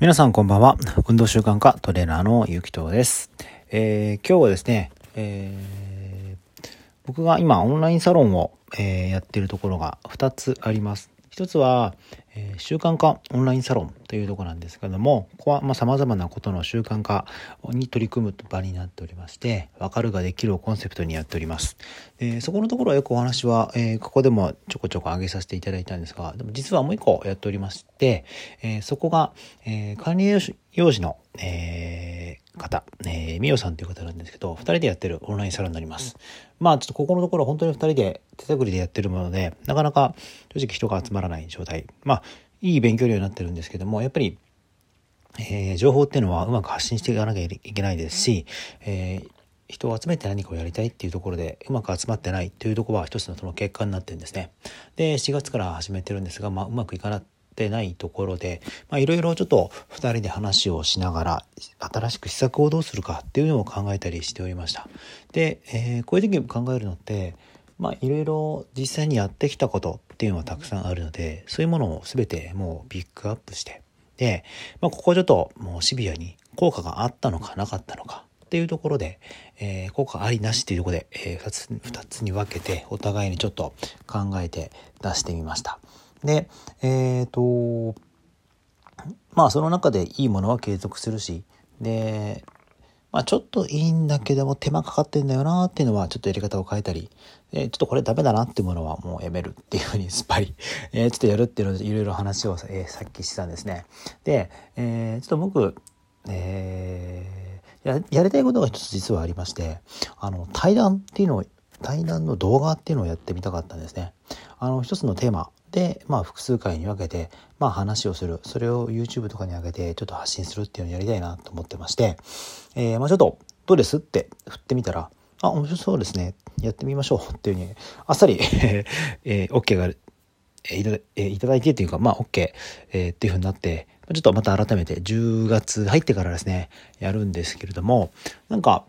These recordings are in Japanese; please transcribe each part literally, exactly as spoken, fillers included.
皆さんこんばんは。運動習慣科トレーナーのゆきとです。えー、今日はですね、えー、僕が今オンラインサロンを、えー、やっているところがふたつあります。一つは、えー、習慣化オンラインサロンというところなんですけども、ここはまあ様々なことの習慣化に取り組む場になっておりまして、わかるができるをコンセプトにやっております。えー、そこのところはよくお話は、えー、ここでもちょこちょこ上げさせていただいたんですが、でも実はもう一個やっておりまして、えー、そこが、えー、管理栄養士の、えー、方、えー、みおさんという方なんですけど、二人でやってるオンラインサロンになります。まあちょっとここのところ本当に二人で手探りでやってるもので、なかなか正直人が集まらない状態。まあいい勉強量になってるんですけども、やっぱり、えー、情報っていうのはうまく発信していかなきゃいけないですし、えー人を集めて何かをやりたいっていうところでうまく集まってないっていうところは一つのその結果になってるんですね。で、しがつから始めてるんですが、まあうまくいかってないところで、まあいろいろちょっと二人で話をしながら新しく施策をどうするかっていうのを考えたりしておりました。で、えー、こういう時に考えるのって、まあいろいろ実際にやってきたことっていうのはたくさんあるので、そういうものを全てもうピックアップして、で、まあここちょっともうシビアに効果があったのかなかったのかっていうところで、えー、効果ありなしっていうところで、えー、2つ、二つに分けてお互いにちょっと考えて出してみました。で、えっと、まあその中でいいものは継続するし、で、まあちょっといいんだけども手間かかってんだよなっていうのはちょっとやり方を変えたり、えー、ちょっとこれダメだなっていうものはもうやめるっていうふうにすっぱり、えー、ちょっとやるっていうのでいろいろ話を、えー、さっきしてたんですね。で、えー、ちょっと僕、えーや, やりたいことが一つ実はありまして、あの対談っていうのを対談の動画っていうのをやってみたかったんですね。あの一つのテーマで、まあ複数回に分けて、まあ話をする、それを YouTube とかに上げてちょっと発信するっていうのをやりたいなと思ってまして、えー、まあちょっとどうですって振ってみたら、あ、面白そうですね、やってみましょうっていうふうにあっさり、えー、OK がいただ、えー、いただいてというか、まあ OK、えー、っていうふうになって、ちょっとまた改めてじゅうがつ入ってからですね、やるんですけれども、なんか、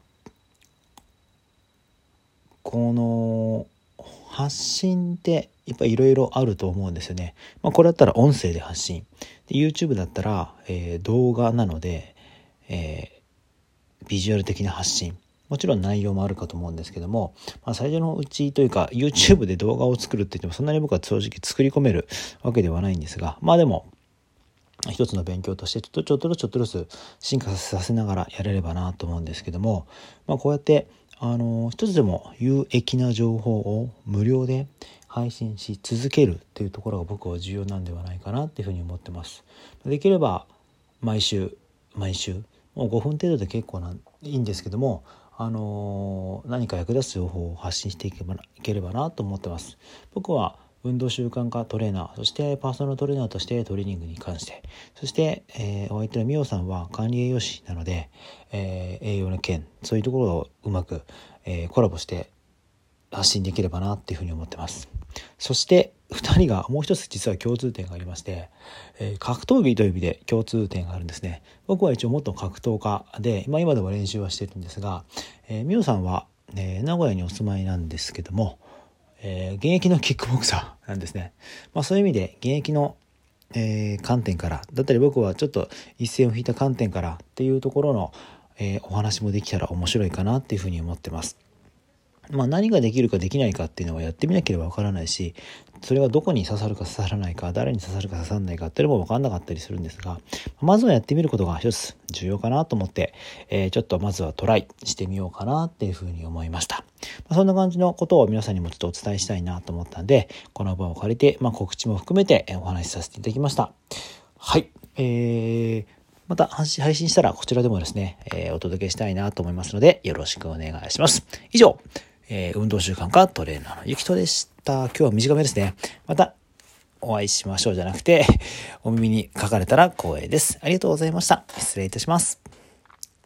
この発信ってやっぱりいろいろあると思うんですよね。まあこれだったら音声で発信。で YouTube だったら、えー、動画なので、えー、ビジュアル的な発信。もちろん内容もあるかと思うんですけども、まあ、最初のうちというか YouTube で動画を作るって言ってもそんなに僕は正直作り込めるわけではないんですが、まあでも一つの勉強としてちょっとちょっとずつちょっとずつ進化させながらやれればなと思うんですけども、まあこうやってあの一つでも有益な情報を無料で配信し続けるっていうところが僕は重要なんではないかなっていうふうに思ってます。できれば毎週毎週もうごふん程度で結構ないいんですけども、あの何か役立つ情報を発信していけばいければなと思ってます。僕は運動習慣化トレーナー、そしてパーソナルトレーナーとしてトレーニングに関して、そして、えー、お相手のみおさんは管理栄養士なので、えー、栄養の件、そういうところをうまく、えー、コラボして発信できればなっていうふうに思ってます。そしてふたりがもう一つ実は共通点がありまして、えー、格闘技という意味で共通点があるんですね。僕は一応元格闘家で、まあ、今でも練習はしてるんですが、えー、みおさんは、えー、名古屋にお住まいなんですけども、えー、現役のキックボクサーなんですね。まあそういう意味で現役の、えー、観点からだったり僕はちょっと一線を引いた観点からっていうところの、えー、お話もできたら面白いかなっていうふうに思ってます。まあ何ができるかできないかっていうのはやってみなければわからないし、それがどこに刺さるか刺さらないか、誰に刺さるか刺さらないかっていうのも分かんなかったりするんですが、まずはやってみることが一つ重要かなと思って、えー、ちょっとまずはトライしてみようかなっていうふうに思いました。まあ、そんな感じのことを皆さんにもちょっとお伝えしたいなと思ったんで、この場を借りて、まあ、告知も含めてお話しさせていただきました。はい。えーまた配信したらこちらでもですね、えー、お届けしたいなと思いますのでよろしくお願いします。以上、えー、運動習慣科トレーナーのゆきとでした。今日は短めですね。またお会いしましょうじゃなくて、お耳にかかれたら光栄です。ありがとうございました。失礼いたします。